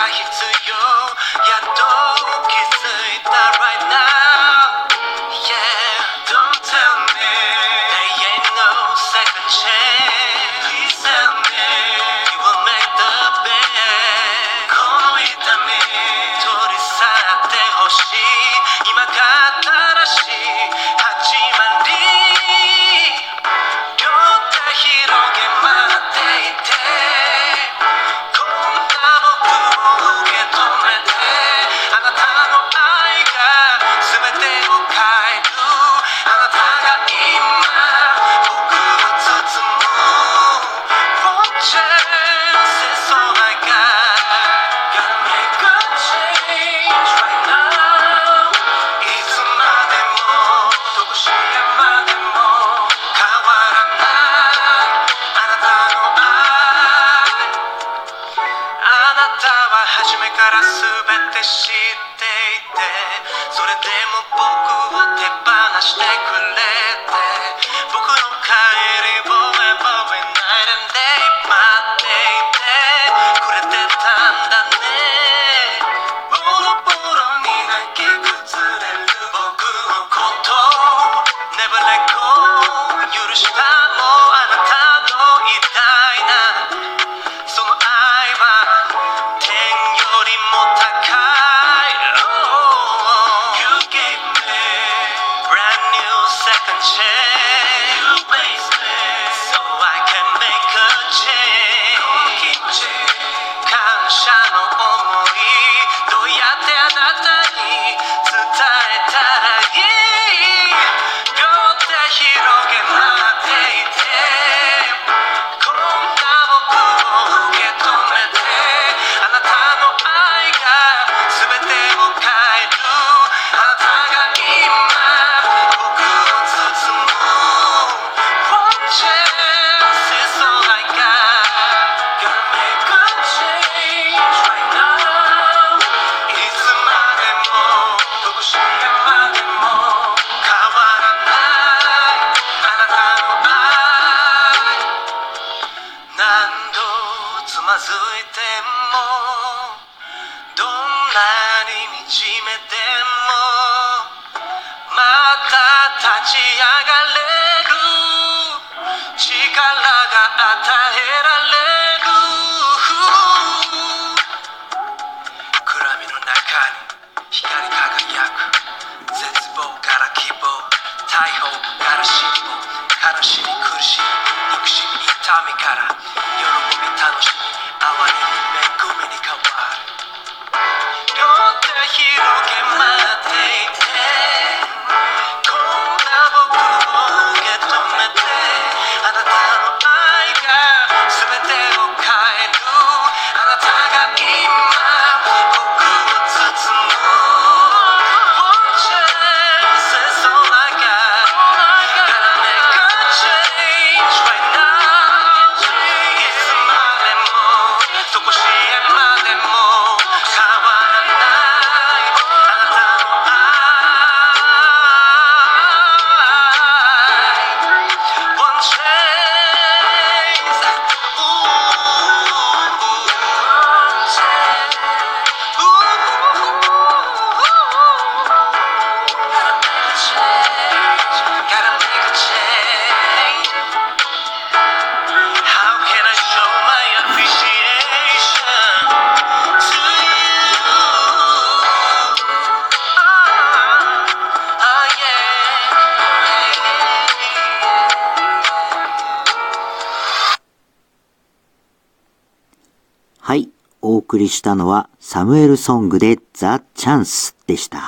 はい、お送りしたのはサムエルソングでザ・チャンスでした。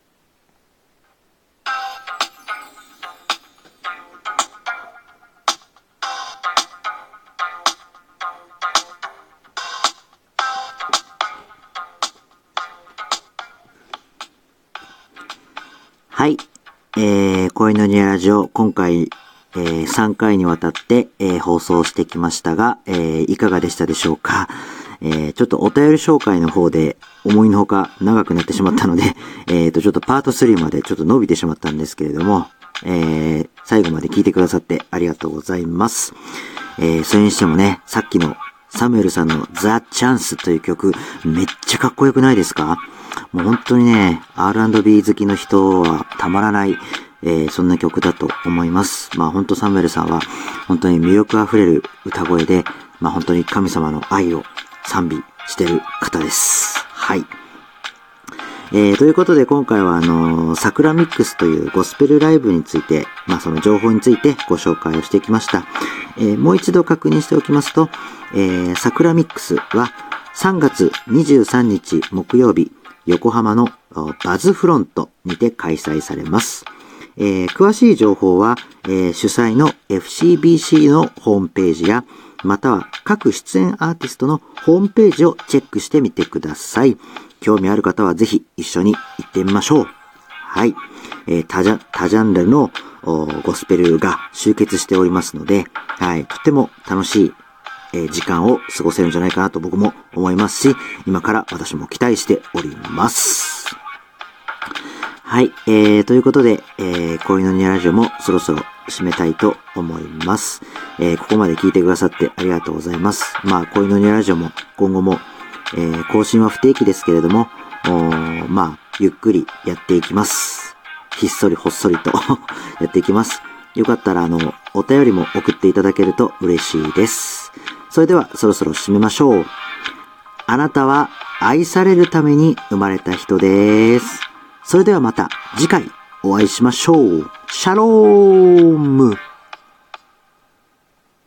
はい、声のニアラジオ、今回、3回にわたって、放送してきましたが、いかがでしたでしょうか。ちょっとお便り紹介の方で思いのほか長くなってしまったので、ちょっとパート3までちょっと伸びてしまったんですけれども、最後まで聞いてくださってありがとうございます。それにしてもね、さっきのサムエルさんのザ・チャンスという曲、めっちゃかっこよくないですか？もう本当にね、R&B 好きの人はたまらない、そんな曲だと思います。まあ本当サムエルさんは本当に魅力あふれる歌声で、まあ本当に神様の愛を賛美してる方です。はい。ということで今回は桜ミックスというゴスペルライブについて、まあその情報についてご紹介をしてきました。もう一度確認しておきますと、桜ミックスは3月23日木曜日、横浜のバズフロントにて開催されます。詳しい情報は、主催の FCBC のホームページや、または各出演アーティストのホームページをチェックしてみてください。興味ある方はぜひ一緒に行ってみましょう。はい。多ジャンルのゴスペルが集結しておりますので、はい。とても楽しい、時間を過ごせるんじゃないかなと僕も思いますし、今から私も期待しております。はい。ということで、恋のニラジオもそろそろ締めたいと思います。ここまで聞いてくださってありがとうございます。まあ、恋のニラジオも今後も更新は不定期ですけれども、まあ、ゆっくりやっていきます。ひっそりほっそりとやっていきます。よかったらお便りも送っていただけると嬉しいです。それではそろそろ締めましょう。あなたは愛されるために生まれた人です。それではまた次回お会いしましょう。シャローム。